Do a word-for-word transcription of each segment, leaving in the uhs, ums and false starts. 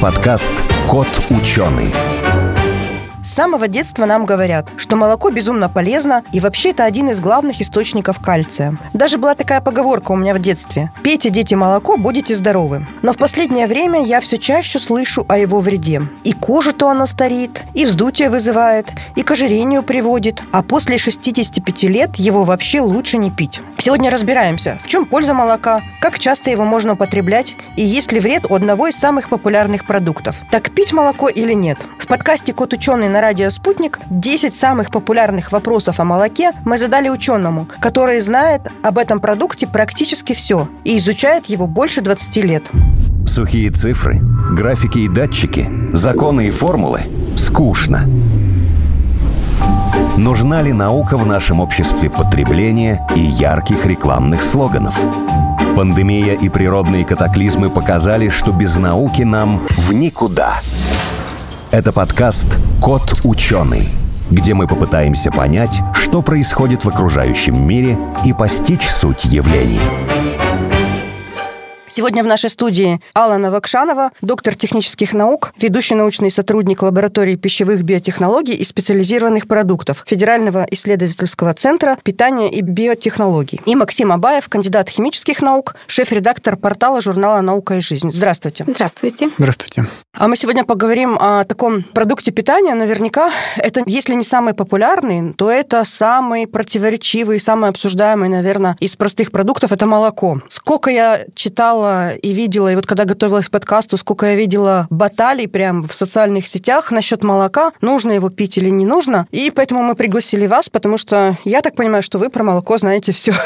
подкаст «Кот ученый». С самого детства нам говорят, что молоко безумно полезно, и вообще это один из главных источников кальция. Даже была такая поговорка у меня в детстве: «Пейте, дети, молоко, будете здоровы». Но в последнее время я все чаще слышу о его вреде. И кожу-то оно старит, и вздутие вызывает, и к ожирению приводит, а после шестидесяти пяти лет его вообще лучше не пить. Сегодня разбираемся, в чем польза молока, как часто его можно употреблять, и есть ли вред у одного из самых популярных продуктов. Так пить молоко или нет? В подкасте «Кот ученый» на радио «Спутник» десять самых популярных вопросов о молоке мы задали ученому, который знает об этом продукте практически все и изучает его больше двадцати лет. Сухие цифры, графики и датчики, законы и формулы – скучно. Нужна ли наука в нашем обществе потребления и ярких рекламных слоганов? Пандемия и природные катаклизмы показали, что без науки нам в никуда. Это подкаст «Кот ученый», где мы попытаемся понять, что происходит в окружающем мире, и постичь суть явлений. Сегодня в нашей студии Алла Новокшанова, доктор технических наук, ведущий научный сотрудник лаборатории пищевых биотехнологий и специализированных продуктов Федерального исследовательского центра питания и биотехнологий. И Максим Абаев, кандидат химических наук, шеф-редактор портала журнала «Наука и жизнь». Здравствуйте. Здравствуйте. Здравствуйте. А мы сегодня поговорим о таком продукте питания. Наверняка это, если не самый популярный, то это самый противоречивый, самый обсуждаемый, наверное, из простых продуктов – это молоко. Сколько я читала и видела, и вот когда готовилась к подкасту, сколько я видела баталий прям в социальных сетях насчет молока, нужно его пить или не нужно. И поэтому мы пригласили вас, потому что я так понимаю, что вы про молоко знаете все.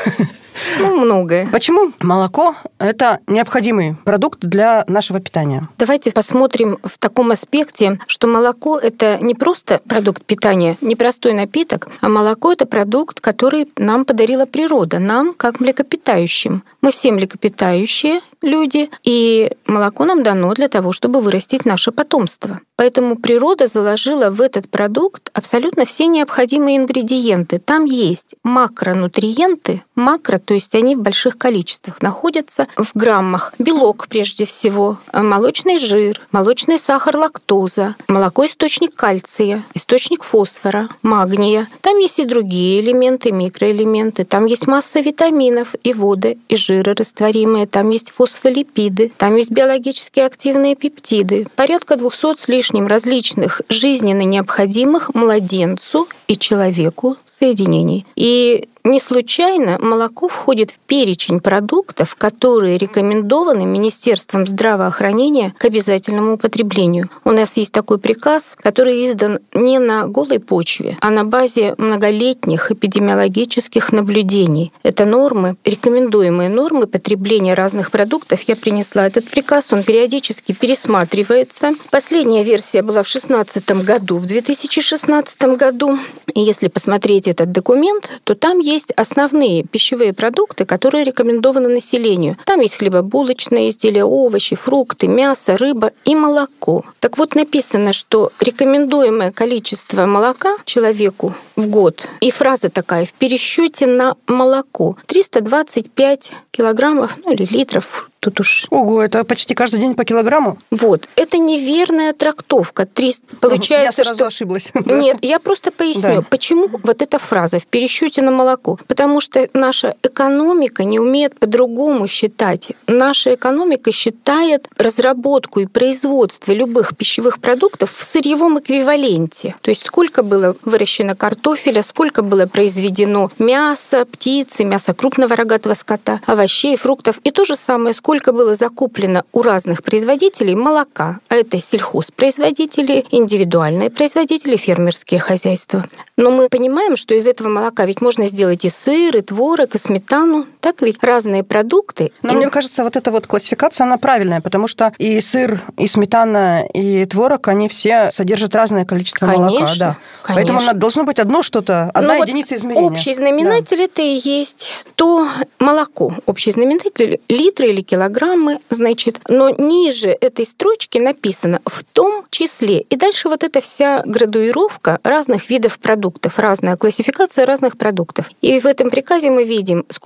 Ну, многое. Почему молоко – это необходимый продукт для нашего питания? Давайте посмотрим в таком аспекте, что молоко – это не просто продукт питания, не простой напиток, а молоко – это продукт, который нам подарила природа, нам, как млекопитающим. Мы все млекопитающие люди, и молоко нам дано для того, чтобы вырастить наше потомство. Поэтому природа заложила в этот продукт абсолютно все необходимые ингредиенты. Там есть макронутриенты, макро, то есть они в больших количествах находятся в граммах. Белок, прежде всего, молочный жир, молочный сахар, лактоза, молоко – источник кальция, источник фосфора, магния. Там есть и другие элементы, микроэлементы. Там есть масса витаминов и воды, и жиры растворимые. Там есть фосфолипиды, там есть биологически активные пептиды. Порядка двухсот с лишним различных жизненно необходимых младенцу и человеку соединений. И не случайно молоко входит в перечень продуктов, которые рекомендованы Министерством здравоохранения к обязательному употреблению. У нас есть такой приказ, который издан не на голой почве, а на базе многолетних эпидемиологических наблюдений. Это нормы, рекомендуемые нормы потребления разных продуктов. Я принесла этот приказ, он периодически пересматривается. Последняя версия была в две тысячи шестнадцатом году, в две тысячи шестнадцатом году. И если посмотреть этот документ, то там есть основные пищевые продукты, которые рекомендованы населению. Там есть хлебобулочные изделия, овощи, фрукты, мясо, рыба и молоко. Так вот, написано, что рекомендуемое количество молока человеку в год, и фраза такая: в пересчете на молоко триста двадцать пять килограммов, ну или литров. Тут уж... Ого, это почти каждый день по килограмму? Вот. Это неверная трактовка. триста... Получается, я сразу что... ошиблась. Нет, я просто поясню, да. Почему вот эта фраза «в пересчете на молоко». Потому что наша экономика не умеет по-другому считать. Наша экономика считает разработку и производство любых пищевых продуктов в сырьевом эквиваленте. То есть сколько было выращено картофеля, сколько было произведено мяса, птицы, мяса крупного рогатого скота, овощей, фруктов. И то же самое, сколько было закуплено у разных производителей молока. А это сельхозпроизводители, индивидуальные производители, фермерские хозяйства. Но мы понимаем, что из этого молока ведь можно сделать и сыр, и творог, и сметану. Так ведь разные продукты. Но и... мне кажется, вот эта вот классификация, она правильная, потому что и сыр, и сметана, и творог, они все содержат разное количество конечно, молока. Да. Конечно. Поэтому должно быть одно что-то, одна ну единица вот измерения. Общий знаменатель да. это и есть то молоко. Общий знаменатель – литры или килограммы, значит. Но ниже этой строчки написано «в том числе». И дальше вот эта вся градуировка разных видов продуктов, разная классификация разных продуктов. И в этом приказе мы видим, сколько нам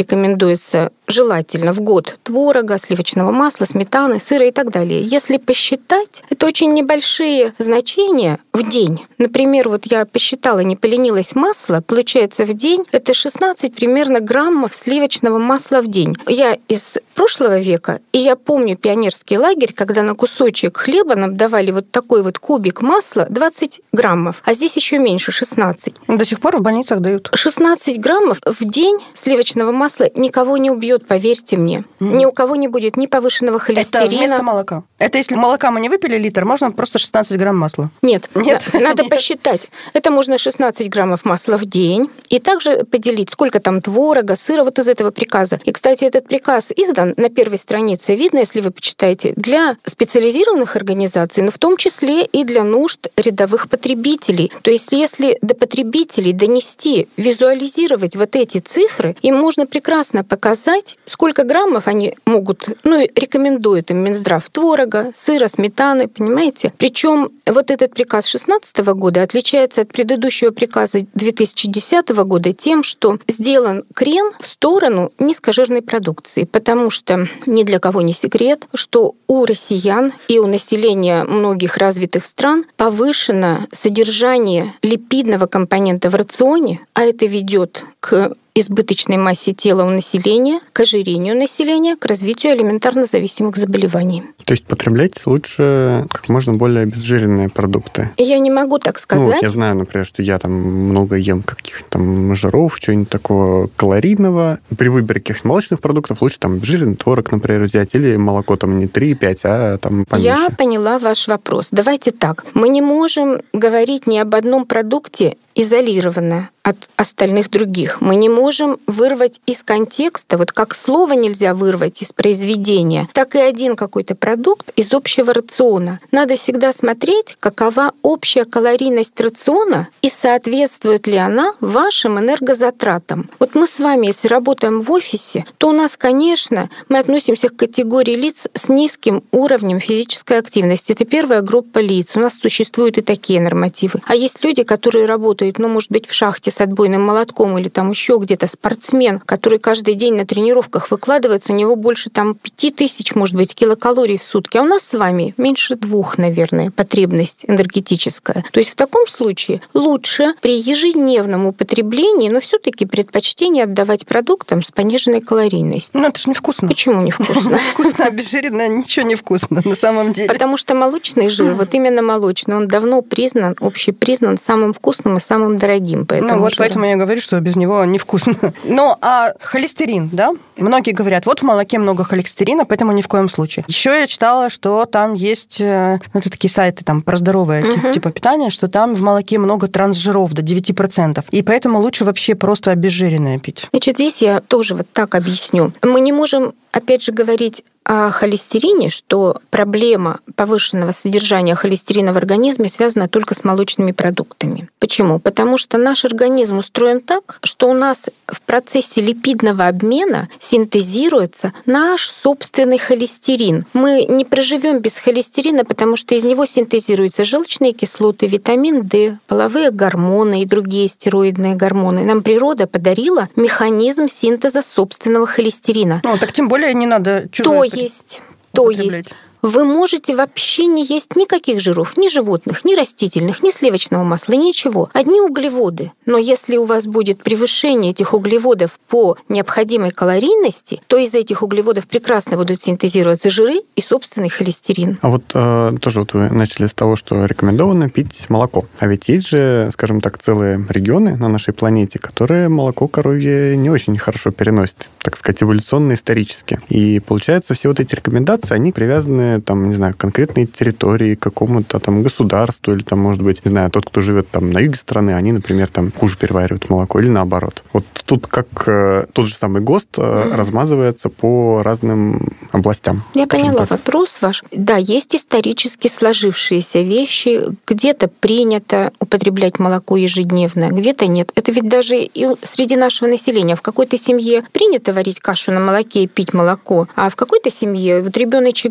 рекомендуется желательно в год творога, сливочного масла, сметаны, сыра и так далее. Если посчитать, это очень небольшие значения в день. Например, вот я посчитала, не поленилась, масло, получается в день это шестнадцать примерно граммов сливочного масла в день. Я из прошлого века, и я помню пионерский лагерь, когда на кусочек хлеба нам давали вот такой вот кубик масла двадцать граммов, а здесь еще меньше, шестнадцать. До сих пор в больницах дают. шестнадцать граммов в день сливочного масла никого не убьет, поверьте мне. Mm. Ни у кого не будет ни повышенного холестерина. Это вместо молока. Это если молока мы не выпили литр, можно просто шестнадцать грамм масла. Нет, Нет? надо Нет. посчитать. Это можно шестнадцать граммов масла в день, и также поделить, сколько там творога, сыра вот из этого приказа. И, кстати, этот приказ издан на первой странице, видно, если вы почитаете, для специализированных организаций, но в том числе и для нужд рядовых потребителей. То есть, если до потребителей донести, визуализировать вот эти цифры, им можно прекрасно показать, сколько граммов они могут, ну и рекомендует им Минздрав творога, сыра, сметаны, понимаете? Причем вот этот приказ шестнадцатого года отличается от предыдущего приказа две тысячи десятого года тем, что сделан крен в сторону низкожирной продукции, потому что ни для кого не секрет, что у россиян и у населения многих развитых стран повышено содержание липидного компонента в рационе, а это ведет к избыточной массе тела у населения, к ожирению населения, к развитию алиментарно зависимых заболеваний. То есть потреблять лучше как можно более обезжиренные продукты? Я не могу так сказать. Ну, я знаю, например, что я там много ем каких-то там жиров, чего-нибудь такого калорийного. При выборе каких-то молочных продуктов лучше там обезжиренный творог, например, взять, или молоко там не три и пять, а там поменьше. Я поняла ваш вопрос. Давайте так. Мы не можем говорить ни об одном продукте изолированно от остальных других. Мы не можем вырвать из контекста, вот как слово нельзя вырвать из произведения, так и один какой-то продукт из общего рациона. Надо всегда смотреть, какова общая калорийность рациона и соответствует ли она вашим энергозатратам. Вот мы с вами, если работаем в офисе, то у нас, конечно, мы относимся к категории лиц с низким уровнем физической активности. Это первая группа лиц. У нас существуют и такие нормативы. А есть люди, которые работают, ну, может быть, в шахте с отбойным молотком или там еще где-то спортсмен, который каждый день на тренировках выкладывается, у него больше там пяти тысяч, может быть, килокалорий в сутки, а у нас с вами меньше двух, наверное, потребность энергетическая. То есть в таком случае лучше при ежедневном употреблении, но все-таки предпочтение отдавать продуктам с пониженной калорийностью. Ну, это же невкусно. Почему невкусно? Вкусно, обезжиренное, ничего не вкусно на самом деле. Потому что молочный жир, вот именно молочный, он давно признан, общепризнан самым вкусным и самым дорогим. Ну вот жиру. Поэтому я говорю, что без него невкусно. Ну, а холестерин, да? Многие говорят, вот в молоке много холестерина, поэтому ни в коем случае. Еще я читала, что там есть, ну, это такие сайты там про здоровое uh-huh. типа питания, что там в молоке много трансжиров, до девять процентов. И поэтому лучше вообще просто обезжиренное пить. Значит, здесь я тоже вот так объясню. Мы не можем, опять же, говорить о холестерине, что проблема повышенного содержания холестерина в организме связана только с молочными продуктами. Почему? Потому что наш организм устроен так, что у нас в процессе липидного обмена синтезируется наш собственный холестерин. Мы не проживем без холестерина, потому что из него синтезируются желчные кислоты, витамин D, половые гормоны и другие стероидные гормоны. Нам природа подарила механизм синтеза собственного холестерина. Ну, так тем более не надо чужое. То есть, то есть. Вы можете вообще не есть никаких жиров, ни животных, ни растительных, ни сливочного масла, ничего. Одни углеводы. Но если у вас будет превышение этих углеводов по необходимой калорийности, то из этих углеводов прекрасно будут синтезироваться жиры и собственный холестерин. А вот э, тоже вот вы начали с того, что рекомендовано пить молоко. А ведь есть же, скажем так, целые регионы на нашей планете, которые молоко коровье не очень хорошо переносят, так сказать, эволюционно-исторически. И получается, все вот эти рекомендации, они привязаны там, не знаю, конкретной территории, какому-то там государству, или там, может быть, не знаю, тот, кто живет там на юге страны, они, например, там хуже переваривают молоко, или наоборот. Вот тут как э, тот же самый ГОСТ э, mm-hmm. размазывается по разным областям. Я поняла так. Вопрос ваш. Да, есть исторически сложившиеся вещи, где-то принято употреблять молоко ежедневно, где-то нет. Это ведь даже и среди нашего населения. В какой-то семье принято варить кашу на молоке и пить молоко, а в какой-то семье вот ребеночек перешел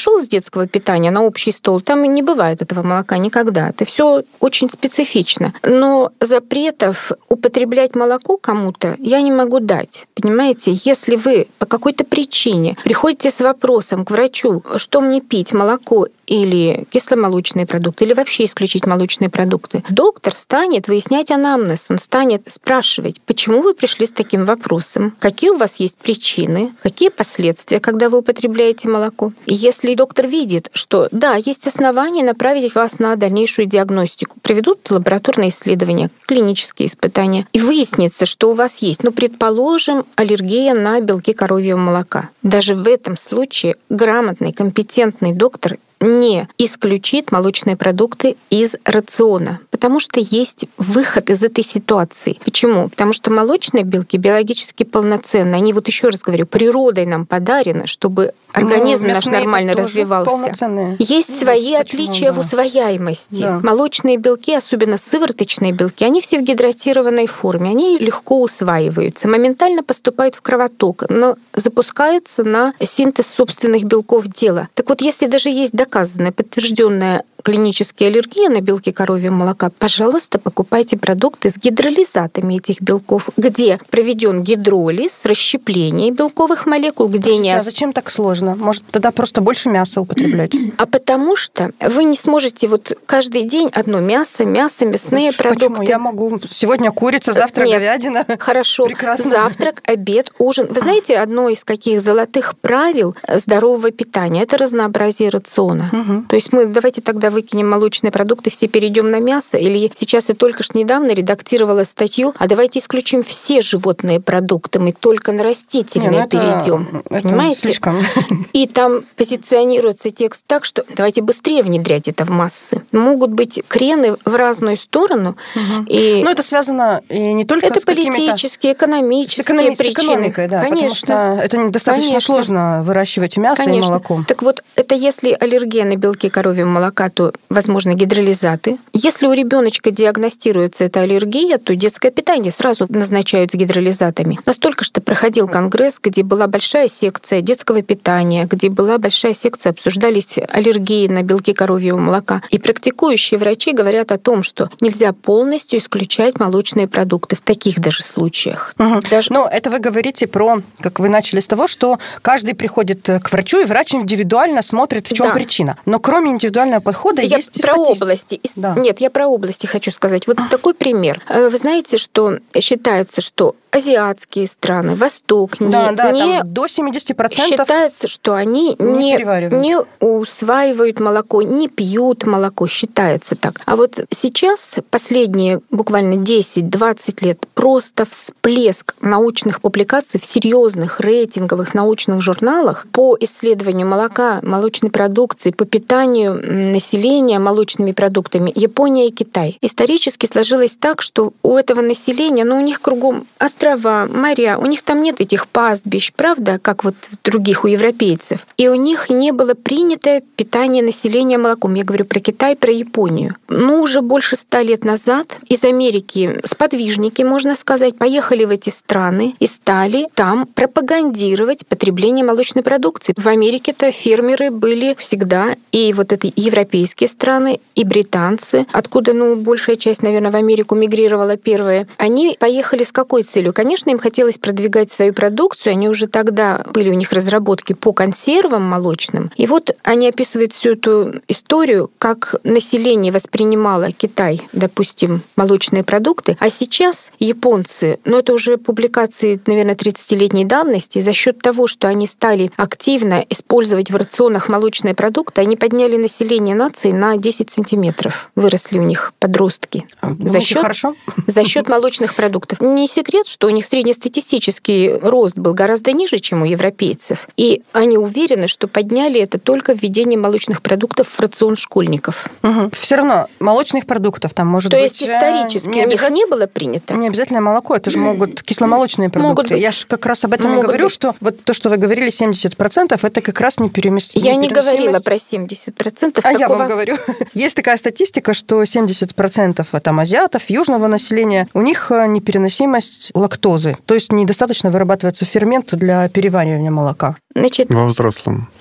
пришел с детского питания на общий стол, там и не бывает этого молока никогда. Это все очень специфично. Но запретов употреблять молоко кому-то я не могу дать. Понимаете, если вы по какой-то причине приходите с вопросом к врачу, что мне пить, молоко или кисломолочные продукты, или вообще исключить молочные продукты, доктор станет выяснять анамнез, он станет спрашивать, почему вы пришли с таким вопросом, какие у вас есть причины, какие последствия, когда вы употребляете молоко. И если доктор видит, что да, есть основания направить вас на дальнейшую диагностику, проведут лабораторные исследования, клинические испытания, и выяснится, что у вас есть, ну, предположим, аллергия на белки коровьего молока. Даже в этом случае грамотный, компетентный доктор не исключит молочные продукты из рациона, потому что есть выход из этой ситуации. Почему? Потому что молочные белки биологически полноценны. Они, вот еще раз говорю, природой нам подарены, чтобы организм ну, наш нормально развивался. Есть свои Почему, отличия да. в усвояемости. Да. Молочные белки, особенно сывороточные белки, они все в гидратированной форме. Они легко усваиваются, моментально поступают в кровоток, но запускаются на синтез собственных белков тела. Так вот, если даже есть доказанная, подтвержденная клинические аллергии на белки коровьего молока, пожалуйста, покупайте продукты с гидролизатами этих белков, где проведен гидролиз, расщепление белковых молекул, где Слушайте, не... А зачем так сложно? Может, тогда просто больше мяса употреблять? А потому что вы не сможете вот каждый день одно мясо, мясо, мясные Почему? продукты. Почему? Я могу сегодня курица, завтра Нет. говядина. Хорошо. Прекрасно. Завтрак, обед, ужин. Вы знаете, одно из каких золотых правил здорового питания — это разнообразие рациона. Угу. То есть мы давайте тогда выкинем молочные продукты, все перейдем на мясо. Или сейчас я только что недавно редактировала статью, а давайте исключим все животные продукты, мы только на растительные Не, ну это, перейдем. это Понимаете? Слишком. И там позиционируется текст так, что давайте быстрее внедрять это в массы. Могут быть крены в разную сторону. Угу. И Но это связано и не только это с какими-то... политические, экономические с экономи... причины. С экономикой, да, Конечно. Потому что это достаточно Конечно. сложно выращивать мясо Конечно. и молоко. Так вот, это если аллергия на белки коровьего молока, то, возможно, гидролизаты. Если у ребеночка диагностируется эта аллергия, то детское питание сразу назначают с гидролизатами. Настолько что проходил конгресс, где была большая секция детского питания, где была большая секция, обсуждались аллергии на белки коровьего молока. И практикующие врачи говорят о том, что нельзя полностью исключать молочные продукты в таких даже случаях. Угу. Даже... Но это вы говорите про, как вы начали с того, что каждый приходит к врачу, и врач индивидуально смотрит, в чем да. причина. Но кроме индивидуального подхода я есть и про статистика. области. Да. Нет, я про области хочу сказать. Вот такой пример. Вы знаете, что считается, что азиатские страны, Восток, не, да, да, не там до семьдесят процентов считается, что они не, не, не усваивают молоко, не пьют молоко, считается так. А вот сейчас, последние буквально десять-двадцать лет, просто всплеск научных публикаций в серьезных рейтинговых научных журналах по исследованию молока, молочной продукции, по питанию населения молочными продуктами Япония и Китай. Исторически сложилось так, что у этого населения, ну, у них кругом острова, моря, у них там нет этих пастбищ, правда, как вот в других у европейцев. И у них не было принято питание населения молоком. Я говорю про Китай, про Японию. Ну, уже больше ста лет назад из Америки сподвижники, можно сказать, поехали в эти страны и стали там пропагандировать потребление молочной продукции. В Америке-то фермеры были всегда, и вот это европейские страны, и британцы, откуда, ну, большая часть, наверное, в Америку мигрировала первая, они поехали с какой целью? Конечно, им хотелось продвигать свою продукцию, они уже тогда были у них разработки по консервам молочным. И вот они описывают всю эту историю, как население воспринимало Китай, допустим, молочные продукты, а сейчас японцы, ну это уже публикации, наверное, тридцатилетней давности, за счет того, что они стали активно использовать в рационах молочные продукты, они подняли население нации на десять сантиметров. Выросли у них подростки. За счет, хорошо. за счет молочных продуктов. Не секрет, что у них среднестатистический рост был гораздо ниже, чем у европейцев. И они уверены, что подняли это только введение молочных продуктов в рацион школьников. Угу. Все равно молочных продуктов там может То быть... есть исторически не у них не было принято? Не обязательно молоко, это же могут кисломолочные продукты. Могут быть. Я же как раз об этом Могут и говорю, быть. Что вот то, что вы говорили, семьдесят процентов, это как раз не переместимость. Я не говорила про семьдесят процентов. А Какого... я вам говорю. Есть такая статистика, что семьдесят процентов там азиатов, южного населения, у них непереносимость лактозы, то есть недостаточно вырабатывается фермент для переваривания молока. Значит, во взрослом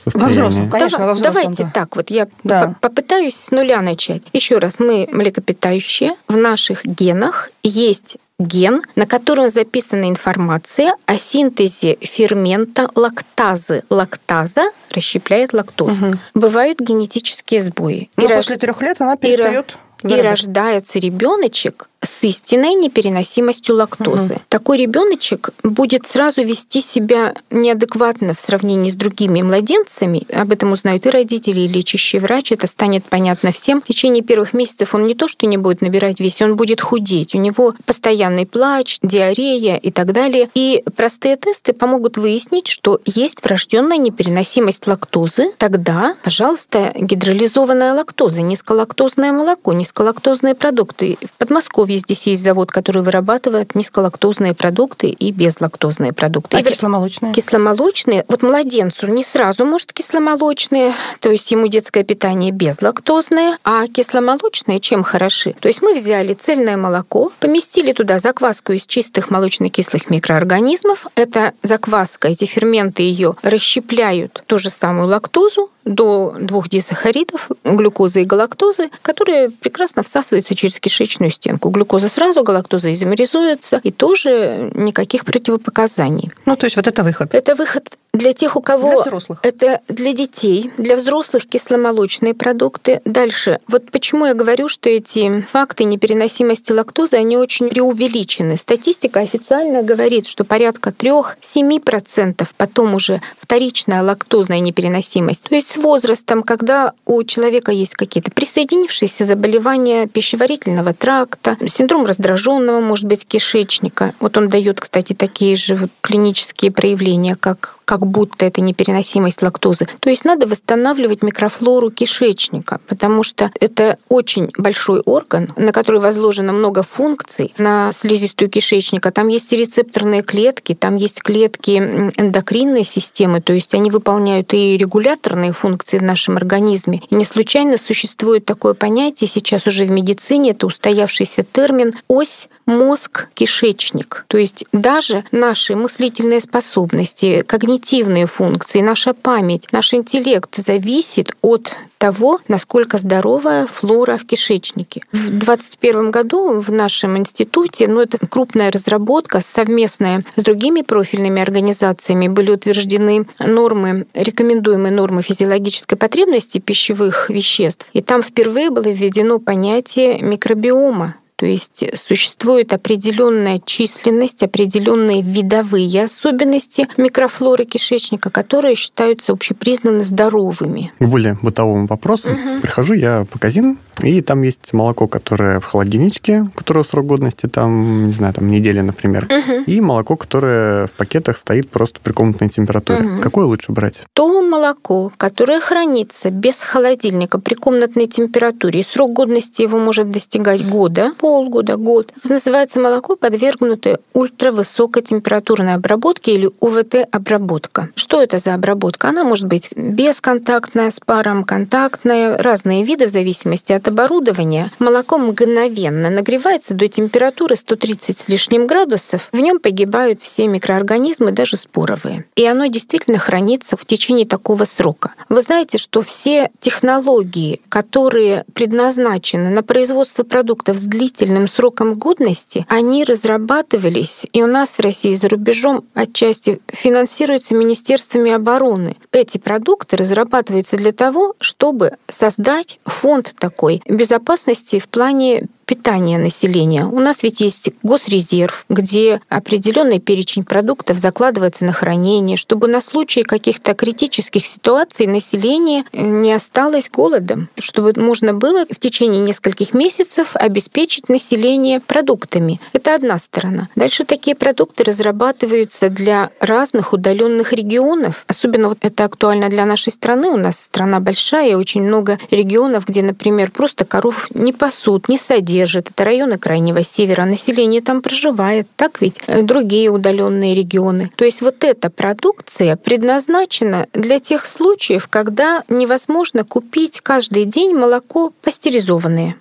состоянии. Во взрослом, конечно, Давай- во взрослом. Давайте да. так, вот я Да. по- попытаюсь с нуля начать. Еще раз, мы млекопитающие, в наших генах есть ген, на котором записана информация о синтезе фермента лактазы. Лактаза расщепляет лактозу. Мгм. Бывают генетические сбои. Но И рож- после трех лет она и ра- перестает И зарабатывать. рождается ребеночек с истинной непереносимостью лактозы. Мгм. Такой ребеночек будет сразу вести себя неадекватно в сравнении с другими младенцами. Об этом узнают и родители, и лечащий врач. Это станет понятно всем. В течение первых месяцев он не то, что не будет набирать вес, он будет худеть. У него постоянный плач, диарея и так далее. И простые тесты помогут выяснить, что есть врожденная непереносимость лактозы. Тогда, пожалуйста, гидролизованная лактоза, низколактозное молоко, низколактозные продукты. В Подмосковье здесь есть завод, который вырабатывает низколактозные продукты и безлактозные продукты. А И в- кисломолочные? Кисломолочные, вот младенцу не сразу может кисломолочные, то есть ему детское питание безлактозное, а кисломолочные чем хороши? То есть мы взяли цельное молоко, поместили туда закваску из чистых молочно-кислых микроорганизмов. Эта закваска, эти ферменты ее расщепляют ту же самую лактозу до двух дисахаридов, глюкозы и галактозы, которые прекрасно всасываются через кишечную стенку. Глюкоза сразу, галактоза изомеризуется, и тоже никаких противопоказаний. Ну, то есть вот это выход. Это выход для тех, у кого... Для взрослых. Это для детей, для взрослых кисломолочные продукты. Дальше. Вот почему я говорю, что эти факты непереносимости лактозы, они очень преувеличены. Статистика официально говорит, что порядка три-семь процентов потом уже вторичная лактозная непереносимость. То есть с возрастом, когда у человека есть какие-то присоединившиеся заболевания пищеварительного тракта, синдром раздраженного, может быть, кишечника. Вот он дает, кстати, такие же вот клинические проявления, как, как будто это непереносимость лактозы. То есть надо восстанавливать микрофлору кишечника, потому что это очень большой орган, на который возложено много функций на слизистую кишечника. Там есть и рецепторные клетки, там есть клетки эндокринной системы, то есть они выполняют и регуляторные функции в нашем организме. И не случайно существует такое понятие сейчас уже в медицине, это устоявшийся термин «ось мозг-кишечник». То есть даже наши мыслительные способности, когнитивные функции, наша память, наш интеллект зависит от того, насколько здоровая флора в кишечнике. В двадцать первом году в нашем институте, ну это крупная разработка, совместная с другими профильными организациями, были утверждены нормы, рекомендуемые нормы физиологической потребности пищевых веществ. И там впервые было введено понятие микробиома. То есть существует определенная численность, определенные видовые особенности микрофлоры кишечника, которые считаются общепризнанно здоровыми. К более бытовому вопросу. Мгм. Прихожу я в магазин, и там есть молоко, которое в холодильничке, у которого срок годности там, не знаю, там неделя, например, Мгм. и молоко, которое в пакетах стоит просто при комнатной температуре. Мгм. Какое лучше брать? То молоко, которое хранится без холодильника при комнатной температуре, и срок годности его может достигать года, полгода, год, это называется молоко, подвергнутое ультравысокой температурной обработке или У В Т-обработка. Что это за обработка? Она может быть бесконтактная, с паром, контактная, разные виды в зависимости от оборудования. Молоко мгновенно нагревается до температуры сто тридцать с лишним градусов. В нем погибают все микроорганизмы, даже споровые. И оно действительно хранится в течение такого срока. Вы знаете, что все технологии, которые предназначены на производство продуктов с длительным сроком годности, они разрабатывались и у нас в России, и за рубежом отчасти финансируются министерствами обороны. Эти продукты разрабатываются для того, чтобы создать фонд такой безопасности в плане питания населения. У нас ведь есть госрезерв, где определенный перечень продуктов закладывается на хранение, чтобы на случай каких-то критических ситуаций население не осталось голодом, чтобы можно было в течение нескольких месяцев обеспечить население продуктами. Это одна сторона. Дальше такие продукты разрабатываются для разных удаленных регионов. Особенно вот это актуально для нашей страны. У нас страна большая, и очень много регионов, где, например, просто коров не пасут, не содержат. Это районы Крайнего Севера, население там проживает, так ведь? Другие удаленные регионы. То есть вот эта продукция предназначена для тех случаев, когда невозможно купить каждый день молоко пастеризованное.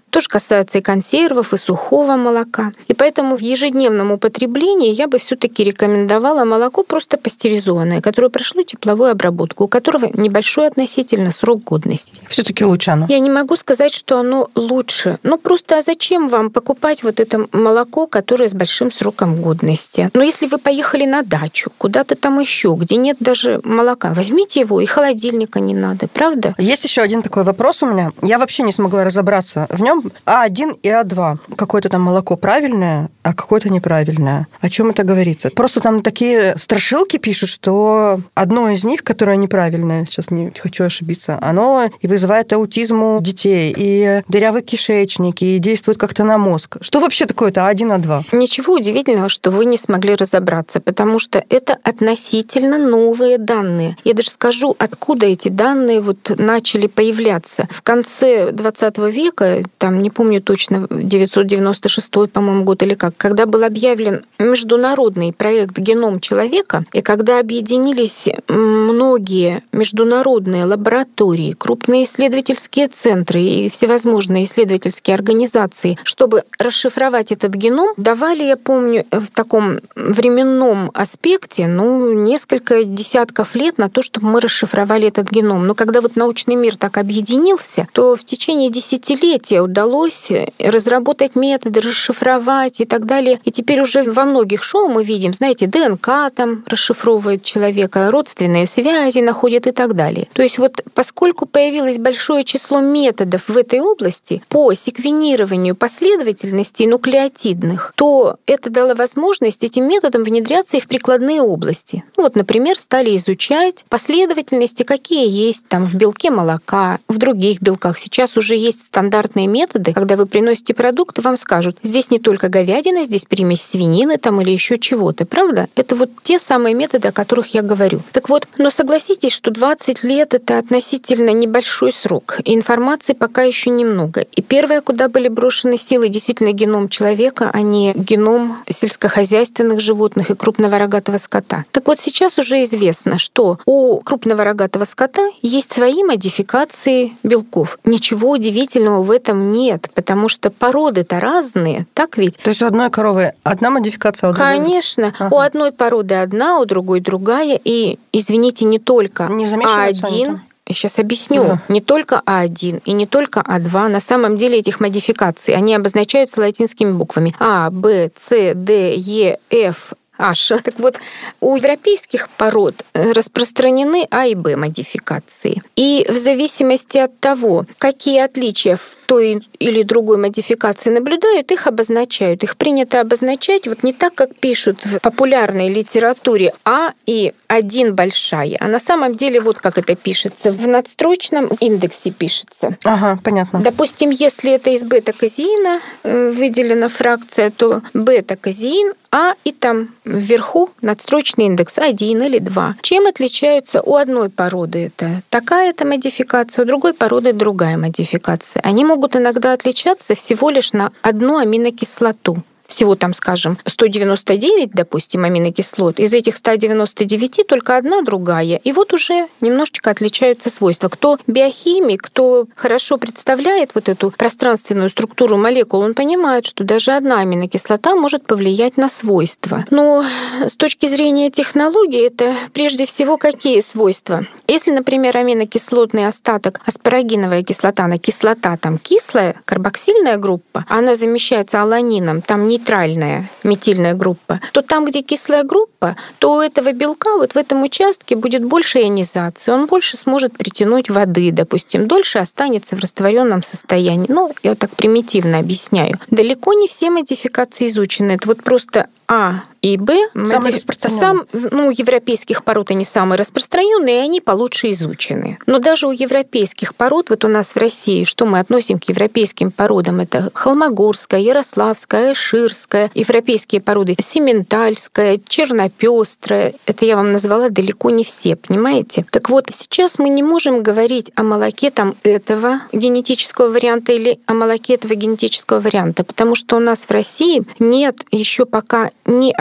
тоже касается и консервов, и сухого молока. И поэтому в ежедневном употреблении я бы все-таки рекомендовала молоко просто пастеризованное, которое прошло тепловую обработку, у которого небольшой относительно срок годности. Все-таки лучше оно. Я не могу сказать, что оно лучше. Ну просто а зачем вам покупать вот это молоко, которое с большим сроком годности? Но если вы поехали на дачу, куда-то там еще, где нет даже молока, возьмите его, и холодильника не надо, правда? Есть еще один такой вопрос у меня. Я вообще не смогла разобраться. В нем А один и А два. Какое-то там молоко правильное, а какое-то неправильное. О чем это говорится? Просто там такие страшилки пишут, что одно из них, которое неправильное, сейчас не хочу ошибиться, оно и вызывает аутизм у детей, и дырявый кишечник, и действует как-то на мозг. Что вообще такое-то А один, А два? Ничего удивительного, что вы не смогли разобраться, потому что это относительно новые данные. Я даже скажу, откуда эти данные вот начали появляться. В конце двадцатого века, там, не помню точно, девятьсот девяносто шестой, по-моему, год или как, когда был объявлен международный проект «Геном человека», и когда объединились многие международные лаборатории, крупные исследовательские центры и всевозможные исследовательские организации, чтобы расшифровать этот геном, давали, я помню, в таком временном аспекте, ну, несколько десятков лет на то, чтобы мы расшифровали этот геном. Но когда вот научный мир так объединился, то в течение десятилетия удалось разработать методы, расшифровать и так далее. И теперь уже во многих шоу мы видим, знаете, ДНК там расшифровывает человека, родственные связи находят и так далее. То есть вот поскольку появилось большое число методов в этой области по секвенированию последовательностей нуклеотидных, то это дало возможность этим методам внедряться и в прикладные области. Ну, вот, например, стали изучать последовательности, какие есть там в белке молока, в других белках. Сейчас уже есть стандартные методы, когда вы приносите продукт, вам скажут, здесь не только говядина, здесь примесь свинины там или еще чего-то, правда? Это вот те самые методы, о которых я говорю. Так вот, но согласитесь, что двадцать лет — это относительно небольшой срок, и информации пока еще немного. И первое, куда были брошены силы, действительно геном человека, а не геном сельскохозяйственных животных и крупного рогатого скота. Так вот, сейчас уже известно, что у крупного рогатого скота есть свои модификации белков. Ничего удивительного в этом нет, потому что породы-то разные, так ведь? То есть у одной коровы одна модификация, а у другой... Конечно. Ага. У одной породы одна, у другой другая. И, извините, не только Не А один... Я сейчас объясню. Да. Не только А один и не только А два. На самом деле этих модификаций, они обозначаются латинскими буквами. А, Б, С, Д, Е, Ф, H. Так вот, у европейских пород распространены А и Б модификации. И в зависимости от того, какие отличия в той или другой модификации наблюдают, их обозначают. Их принято обозначать вот не так, как пишут в популярной литературе А и один большая. А на самом деле вот как это пишется. В надстрочном индексе пишется. Ага, понятно. Допустим, если это из бета-казеина выделена фракция, то бета-казеин, А и там вверху надстрочный индекс один или два. Чем отличаются у одной породы? Это такая-то модификация, у другой породы другая модификация. Они могут иногда отличаться всего лишь на одну аминокислоту. Всего там, скажем, сто девяносто девять, допустим, аминокислот. Из этих ста девяноста девяти только одна другая. И вот уже немножечко отличаются свойства. Кто биохимик, кто хорошо представляет вот эту пространственную структуру молекул, он понимает, что даже одна аминокислота может повлиять на свойства. Но с точки зрения технологии, это прежде всего какие свойства? Если, например, аминокислотный остаток, аспарагиновая кислота, она кислота, там кислая, карбоксильная группа, она замещается аланином, там не нейтральная метильная группа, то там, где кислая группа, то у этого белка вот в этом участке будет больше ионизации, он больше сможет притянуть воды, допустим, дольше останется в растворенном состоянии. Ну, я так примитивно объясняю. Далеко не все модификации изучены. Это вот просто А и Б, самые сам, ну, у европейских пород они самые распространенные, и они получше изучены. Но даже у европейских пород, вот у нас в России, что мы относим к европейским породам, это холмогорская, ярославская, ширская, европейские породы, симментальская, чернопестрая. Это я вам назвала далеко не все, понимаете? Так вот, сейчас мы не можем говорить о молоке там этого генетического варианта или о молоке этого генетического варианта, потому что у нас в России нет еще пока ни одного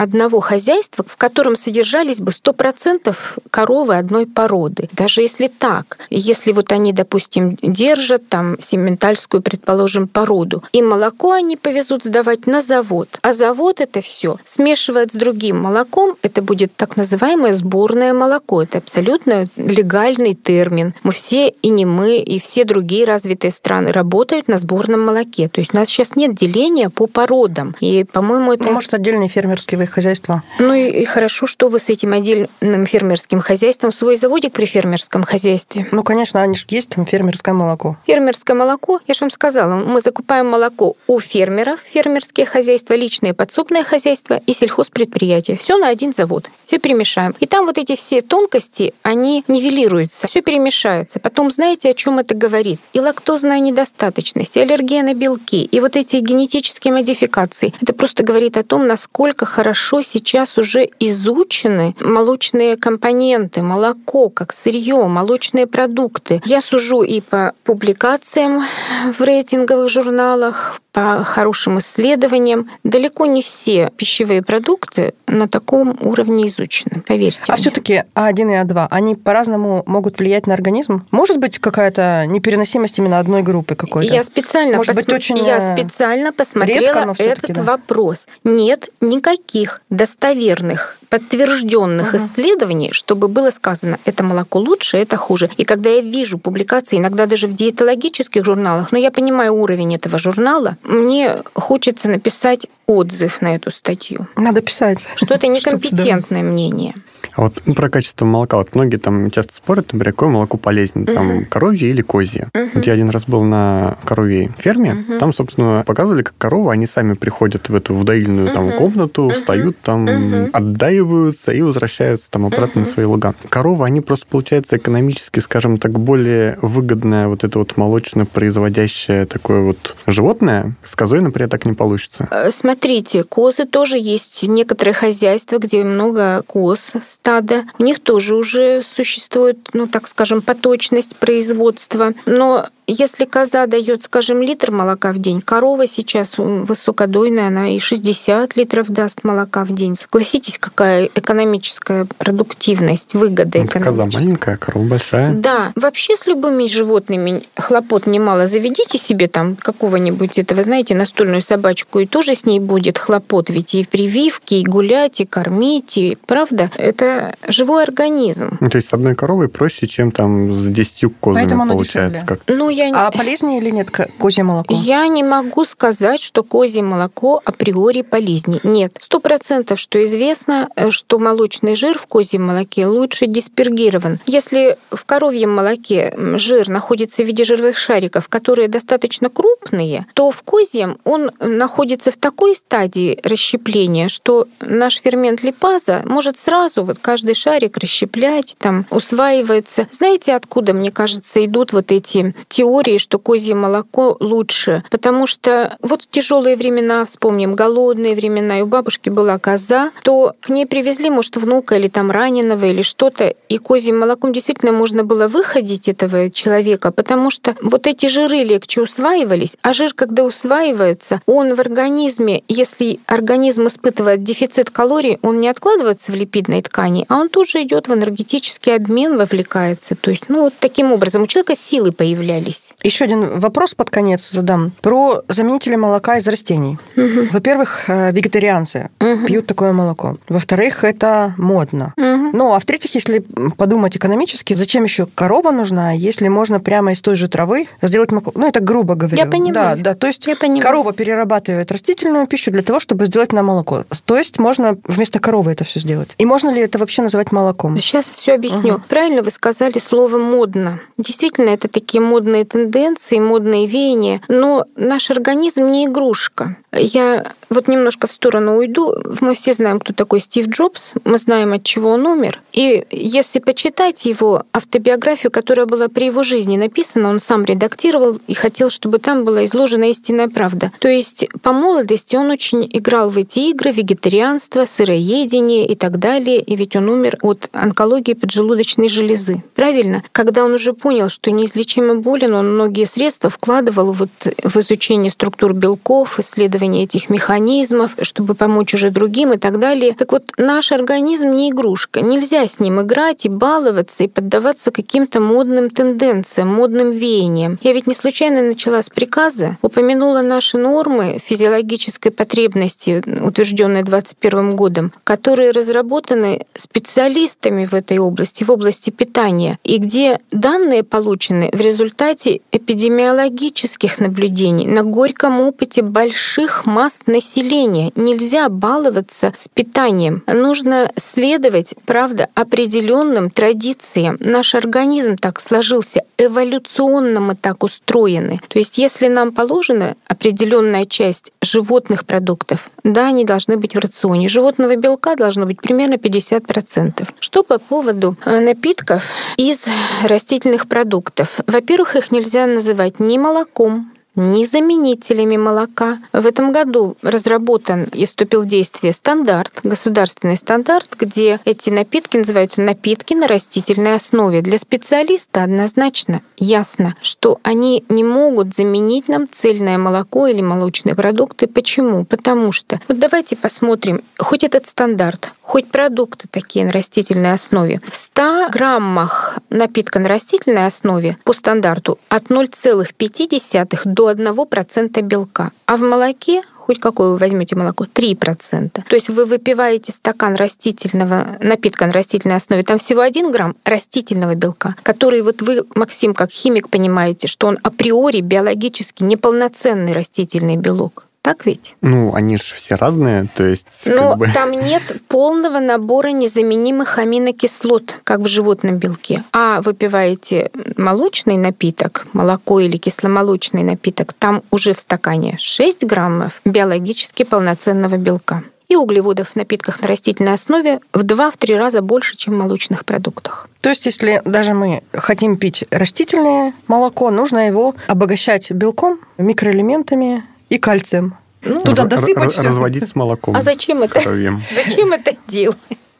одного хозяйства, в котором содержались бы сто процентов коровы одной породы. Даже если так, если вот они, допустим, держат там симментальскую, предположим, породу, и молоко они повезут сдавать на завод, а завод это все смешивает с другим молоком, это будет так называемое сборное молоко. Это абсолютно легальный термин. Мы все, и не мы, и все другие развитые страны работают на сборном молоке. То есть у нас сейчас нет деления по породам. И, по-моему, это... Ну, может, отдельные фермерские хозяйства. Ну и, и хорошо, что вы с этим отдельным фермерским хозяйством, свой заводик при фермерском хозяйстве. Ну, конечно, они же есть, там фермерское молоко. Фермерское молоко, я же вам сказала, мы закупаем молоко у фермеров, фермерские хозяйства, личные подсобные хозяйства и сельхозпредприятия. Все на один завод. Все перемешаем. И там вот эти все тонкости, они нивелируются. Все перемешается. Потом знаете, о чем это говорит? И лактозная недостаточность, и аллергия на белки, и вот эти генетические модификации. Это просто говорит о том, насколько хорошо сейчас уже изучены молочные компоненты, молоко как сырье, молочные продукты. Я сужу и по публикациям в рейтинговых журналах, по хорошим исследованиям. Далеко не все пищевые продукты на таком уровне изучены, поверьте А мне. все-таки А один и А два, они по-разному могут влиять на организм? Может быть, какая-то непереносимость именно одной группы какой-то? Я специально, Может быть, посма- очень я специально посмотрела редко, но всё-таки, этот да. вопрос. Нет никаких достоверных, подтвержденных Ага. исследований, чтобы было сказано, это молоко лучше, это хуже. И когда я вижу публикации, иногда даже в диетологических журналах, но я понимаю уровень этого журнала, мне хочется написать отзыв на эту статью, Надо писать. что это Чтоб, некомпетентное мнение. А вот ну, про качество молока. Вот многие там часто спорят, например, какое молоко полезнее, там Мгм. коровье или козье. Мгм. Вот я один раз был на коровьей ферме, Мгм. там, собственно, показывали, как коровы, они сами приходят в эту в доильную там Мгм. комнату, Мгм. встают там, Мгм. отдаиваются и возвращаются там обратно на Мгм. свои луга. Коровы, они просто, получается, экономически, скажем так, более выгодное вот это вот молочно-производящее такое вот животное. С козой, например, так не получится. Э, Смотрите, козы тоже есть некоторые хозяйства, где много коз, стада. У них тоже уже существует, ну, так скажем, поточность производства. Но если коза дает, скажем, литр молока в день, корова сейчас высокодойная, она и шестьдесят литров даст молока в день. Согласитесь, какая экономическая продуктивность, выгода Вот коза экономическая. маленькая, корова большая. Да, вообще с любыми животными хлопот немало. Заведите себе там какого-нибудь этого, знаете, настольную собачку, и тоже с ней будет хлопот. Ведь и прививки, и гулять, и кормить, и правда, это живой организм. Ну, то есть с одной коровой проще, чем там с десятью козами Поэтому оно получается. дешевле. Как Ну, я, А полезнее или нет ко- козье молоко? я не могу сказать, что козье молоко априори полезнее. Нет. Сто процентов, что известно, что молочный жир в козьем молоке лучше диспергирован. Если в коровьем молоке жир находится в виде жировых шариков, которые достаточно крупные, то в козьем он находится в такой стадии расщепления, что наш фермент липаза может сразу вот каждый шарик расщеплять, там усваивается. Знаете, откуда, мне кажется, идут вот эти теории, что козье молоко лучше? Потому что вот в тяжелые времена, вспомним, голодные времена, и у бабушки была коза, то к ней привезли, может, внука или там раненого или что-то, и козьим молоком действительно можно было выходить этого человека, потому что вот эти жиры легче усваивались, а жир, когда усваивается, он в организме, если организм испытывает дефицит калорий, он не откладывается в липидной ткани, а он тоже идет в энергетический обмен, вовлекается. То есть, ну, вот таким образом у человека силы появлялись. Еще один вопрос под конец задам. Про заменители молока из растений. Мгм. Во-первых, э, вегетарианцы Мгм. пьют такое молоко. Во-вторых, это модно. Мгм. Ну, а в-третьих, если подумать экономически, зачем еще корова нужна, если можно прямо из той же травы сделать молоко? Ну, это грубо говоря. Я понимаю. Да, да. То есть Я понимаю. корова перерабатывает растительную пищу для того, чтобы сделать нам молоко. То есть можно вместо коровы это все сделать. И можно ли это вообще называть молоком? Сейчас все объясню. Ага. Правильно вы сказали слово «модно». Действительно, это такие модные тенденции, модные веяния. Но наш организм не игрушка. Я вот немножко в сторону уйду. Мы все знаем, кто такой Стив Джобс. Мы знаем, от чего он умер. И если почитать его автобиографию, которая была при его жизни написана, он сам редактировал и хотел, чтобы там была изложена истинная правда. То есть по молодости он очень играл в эти игры, вегетарианство, сыроедение и так далее. И ведь он умер от онкологии поджелудочной железы. Правильно? Когда он уже понял, что неизлечимо болен, он многие средства вкладывал вот в изучение структур белков, исследование этих механизмов, механизмов, чтобы помочь уже другим и так далее. Так вот, наш организм не игрушка. Нельзя с ним играть и баловаться, и поддаваться каким-то модным тенденциям, модным веяниям. Я ведь не случайно начала с приказа, упомянула наши нормы физиологической потребности, утвержденные двадцать первым годом, которые разработаны специалистами в этой области, в области питания, и где данные получены в результате эпидемиологических наблюдений на горьком опыте больших масс населения. Нельзя баловаться с питанием. Нужно следовать, правда, определенным традициям. Наш организм так сложился, эволюционно мы так устроены. То есть, если нам положена определенная часть животных продуктов, да, они должны быть в рационе. Животного белка должно быть примерно пятьдесят процентов. Что по поводу напитков из растительных продуктов? Во-первых, их нельзя называть ни молоком, ни заменителями молока. В этом году разработан и вступил в действие стандарт, государственный стандарт, где эти напитки называются напитки на растительной основе. Для специалиста однозначно ясно, что они не могут заменить нам цельное молоко или молочные продукты. Почему? Потому что, вот давайте посмотрим, хоть этот стандарт, хоть продукты такие на растительной основе, в ста граммах напитка на растительной основе по стандарту от ноль целых пять десятых до одного процента белка. А в молоке, хоть какое вы возьмете молоко, три процента. То есть вы выпиваете стакан растительного напитка на растительной основе, там всего один грамм растительного белка, который вот вы, Максим, как химик, понимаете, что он априори биологически неполноценный растительный белок. Так ведь? Ну, они же все разные, то есть... Но как бы... там нет полного набора незаменимых аминокислот, как в животном белке. А выпиваете молочный напиток, молоко или кисломолочный напиток, там уже в стакане шесть граммов биологически полноценного белка. И углеводов в напитках на растительной основе в два-три раза больше, чем в молочных продуктах. То есть, если даже мы хотим пить растительное молоко, нужно его обогащать белком, микроэлементами и кальцием. Ну, туда Раз, досыпать всё. Разводить с молоком. А зачем это? Коровьем. Зачем это делать?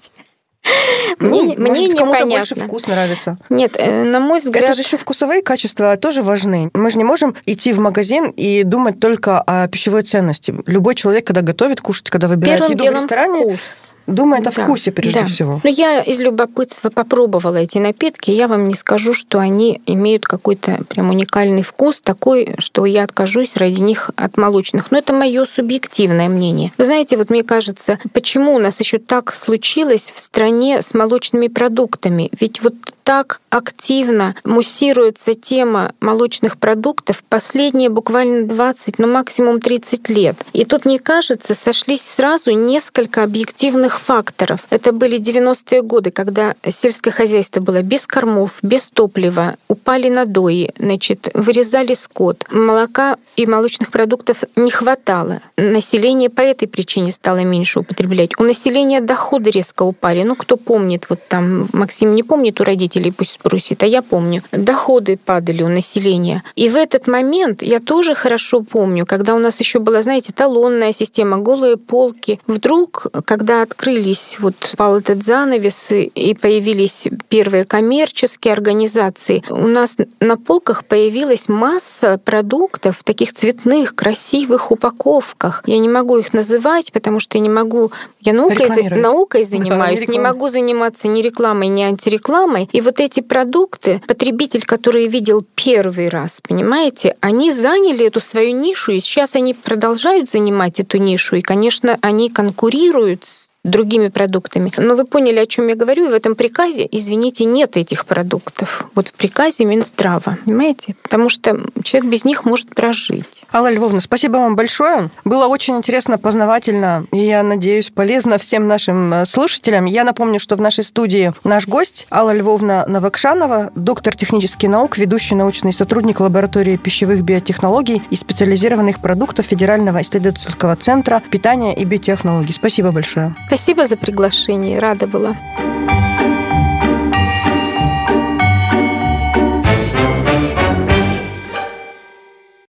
Мне, ну, мне может, кому-то непонятно. больше вкус нравится. Нет, на мой взгляд... Это же еще вкусовые качества тоже важны. Мы же не можем идти в магазин и думать только о пищевой ценности. Любой человек, когда готовит, кушать, когда выбирает Первым еду в делом ресторане, вкус. думает о Да, вкусе прежде да. всего. Но я из любопытства попробовала эти напитки. Я вам не скажу, что они имеют какой-то прям уникальный вкус, такой, что я откажусь ради них от молочных. Но это мое субъективное мнение. Вы знаете, вот мне кажется, почему у нас еще так случилось в стране с молочными продуктами? Ведь вот так активно муссируется тема молочных продуктов последние буквально двадцать, ну максимум тридцать лет. И тут, мне кажется, сошлись сразу несколько объективных факторов. Это были девяностые годы, когда сельское хозяйство было без кормов, без топлива, упали надои, значит, вырезали скот. Молока и молочных продуктов не хватало. Население по этой причине стало меньше употреблять. У населения доходы резко упали. Ну, кто помнит, вот там, Максим не помнит у родителей, пусть спросит, а я помню. Доходы падали у населения. И в этот момент я тоже хорошо помню, когда у нас еще была, знаете, талонная система, голые полки. Вдруг, когда открылись, вот пал этот занавес, и появились первые коммерческие организации, у нас на полках появилась масса продуктов в таких цветных, красивых упаковках. Я не могу их называть, потому что я не могу... Я наукой, наукой занимаюсь, да, не, не могу заниматься ни рекламой, ни антирекламой. И вот эти продукты, потребитель, который видел первый раз, понимаете, они заняли эту свою нишу, и сейчас они продолжают занимать эту нишу, и, конечно, они конкурируют с другими продуктами. Но вы поняли, о чем я говорю, и в этом приказе, извините, нет этих продуктов. Вот в приказе Минздрава, понимаете? Потому что человек без них может прожить. Алла Львовна, спасибо вам большое. Было очень интересно, познавательно, и, я надеюсь, полезно всем нашим слушателям. Я напомню, что в нашей студии наш гость Алла Львовна Новокшанова, доктор технических наук, ведущий научный сотрудник лаборатории пищевых биотехнологий и специализированных продуктов Федерального исследовательского центра питания и биотехнологий. Спасибо большое. Спасибо за приглашение, рада была.